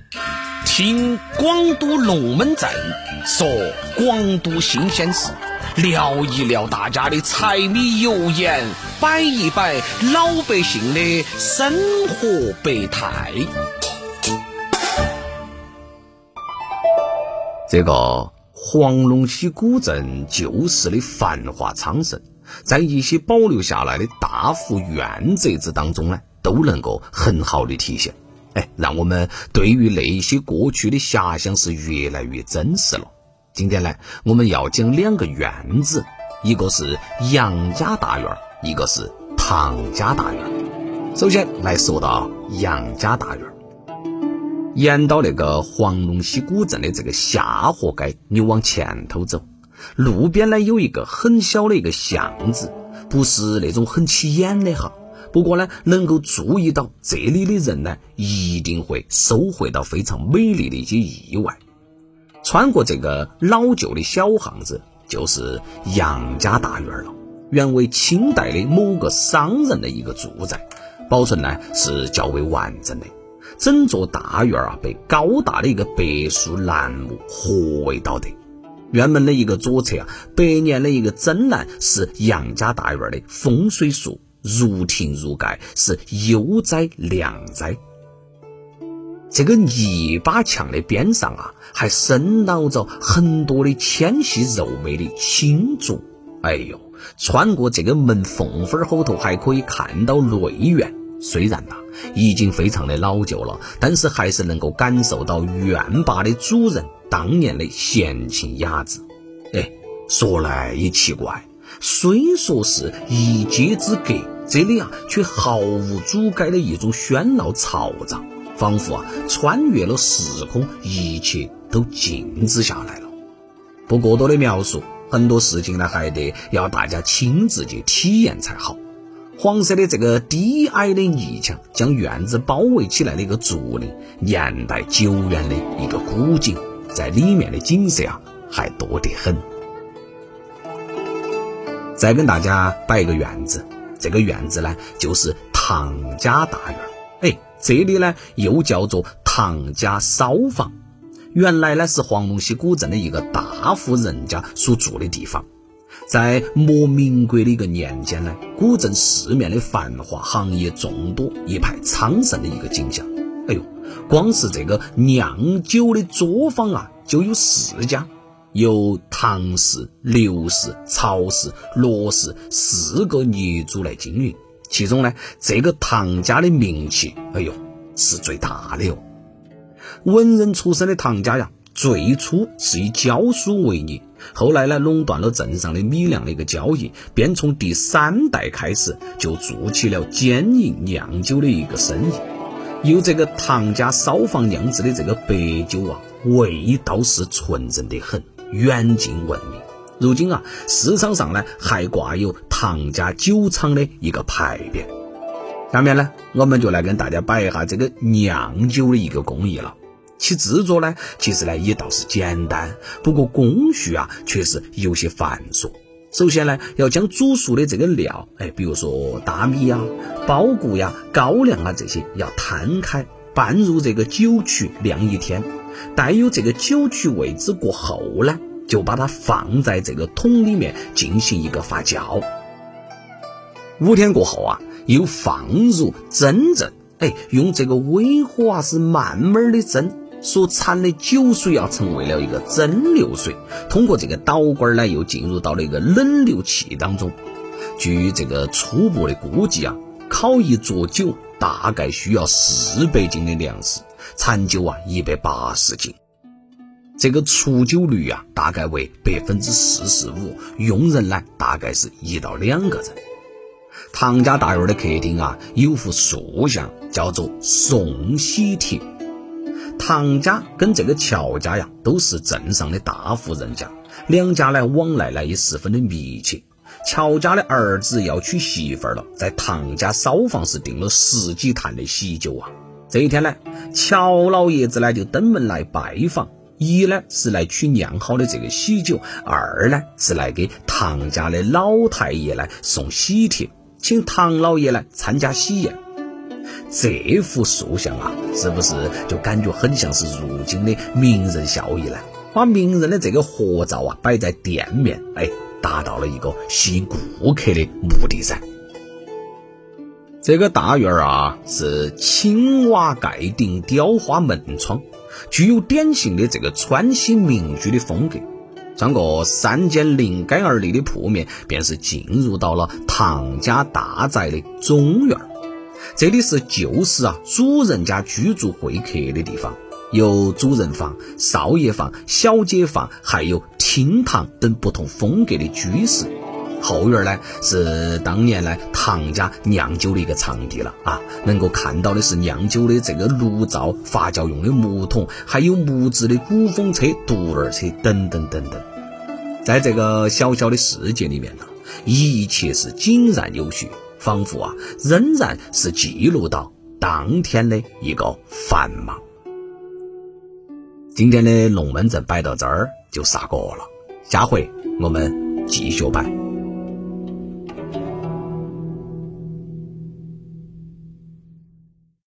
听广都龙门阵，说广都新鲜事，聊一聊大家的柴米油盐，摆一摆老百姓的生活百态。 这个黄龙溪古镇旧时的繁华昌盛，在一些保留下来的大幅原则子当中呢，都能够很好的体现。让我们对于那些过去的遐想是越来越真实了。今天呢，我们要讲两个院子，一个是杨家大院，一个是唐家大院。首先来说到杨家大院，沿到那个黄龙溪古镇的这个下河街，你往前头走，路边呢有一个很小的一个巷子，不是那种很起眼的哈。不过呢，能够注意到这里的人呢，一定会收获到非常美丽的一些意外。穿过这个老旧的小巷子，就是杨家大院了。原为清代的某个商人的一个住宅，保存呢是较为完整的。整座大院被高大的一个柏树栏木合围到的。院门的一个左侧白年的一个真栏是杨家大院的风水树，如庭如盖，是悠哉良哉。这个泥巴墙的边上还生长着很多的纤细柔美的青竹。穿过这个门缝缝后头还可以看到内院，虽然已经非常的老旧了，但是还是能够感受到院坝的主人当年的闲情雅致。说来也奇怪，虽说是一街之隔，这里却毫无阻隔的一种喧闹嘈杂，仿佛穿越了时空，一切都静止下来了。不过多的描述，很多事情呢还得要大家亲自去体验才好。黄色的这个低矮的泥墙将院子包围起来的一个竹林，年代久远的一个古井，在里面的景色还多得很。再跟大家摆一个院子，这个院子呢就是唐家大院。这里呢又叫做唐家骚房，原来呢是黄龙溪古镇的一个大户人家所住的地方。在末民国的一个年间呢，古镇四面的繁华，行业众多，一派昌盛的一个景象。光是这个酿酒的作坊就有4家，由唐氏、刘氏、曹氏、罗氏4个业主来经营。其中呢，这个唐家的名气是最大的。文人出身的唐家最初是以教书为业，后来呢垄断了镇上的米粮的一个交易，便从第3代开始就做起了兼营酿酒的一个生意。由这个唐家骚坊酿制的这个白酒味道是纯正的很，远近闻名。如今市场上呢还挂有唐家酒厂的一个牌匾。下面呢我们就来跟大家摆一下这个酿酒的一个工艺了。其制作呢其实呢也倒是简单，不过工序确实有些繁琐。首先呢要将煮熟的这个料，比如说大米苞谷高粱这些要摊开，拌入这个酒曲晾1天，带有这个酒曲味之过后呢，就把它放在这个桶里面进行一个发酵。5天过后又放入蒸馏，用这个微火是慢慢的蒸，所产的酒水成为了一个蒸馏水，通过这个导管呢又进入到了一个冷馏器当中。据这个初步的估计烤一桌酒大概需要400斤的粮食，产酒180斤。这个出酒率大概为45%，用人呢大概是1到2个人。唐家大院的客厅有幅塑像，叫做宋喜帖。唐家跟这个乔家都是镇上的大户人家，两家呢往来呢也十分的密切。乔家的儿子要娶媳妇了，在唐家骚坊是订了10几坛的喜酒这一天呢，乔老爷子呢就登门来拜访，一呢是来取酿好的这个喜酒，二呢是来给唐家的老太爷来送喜帖，请唐老爷来参加喜宴。 这幅塑像啊，是不是就感觉很像是如今的名人效应呢？把名人的这个合照啊摆在店面，达到了一个吸引顾客的目的噻。这个大院啊是青瓦盖顶雕花门窗，具有典型的这个川西民居的风格。穿过3间临街而立的铺面，便是进入到了唐家大宅的中院。这里是旧时主人家居住会客的地方，有主人房、少爷房、小姐房，还有厅堂等不同风格的居室。后院呢是当年来唐家酿酒的一个场地了能够看到的是酿酒的这个炉灶、发酵用的木桶，还有木质的鼓风车、独轮车等等等等。在这个小小的世界里面一切是井然有序，仿佛仍然是记录到当天的一个繁忙。今天的龙门阵摆到这儿就杀过了，下回我们继续摆。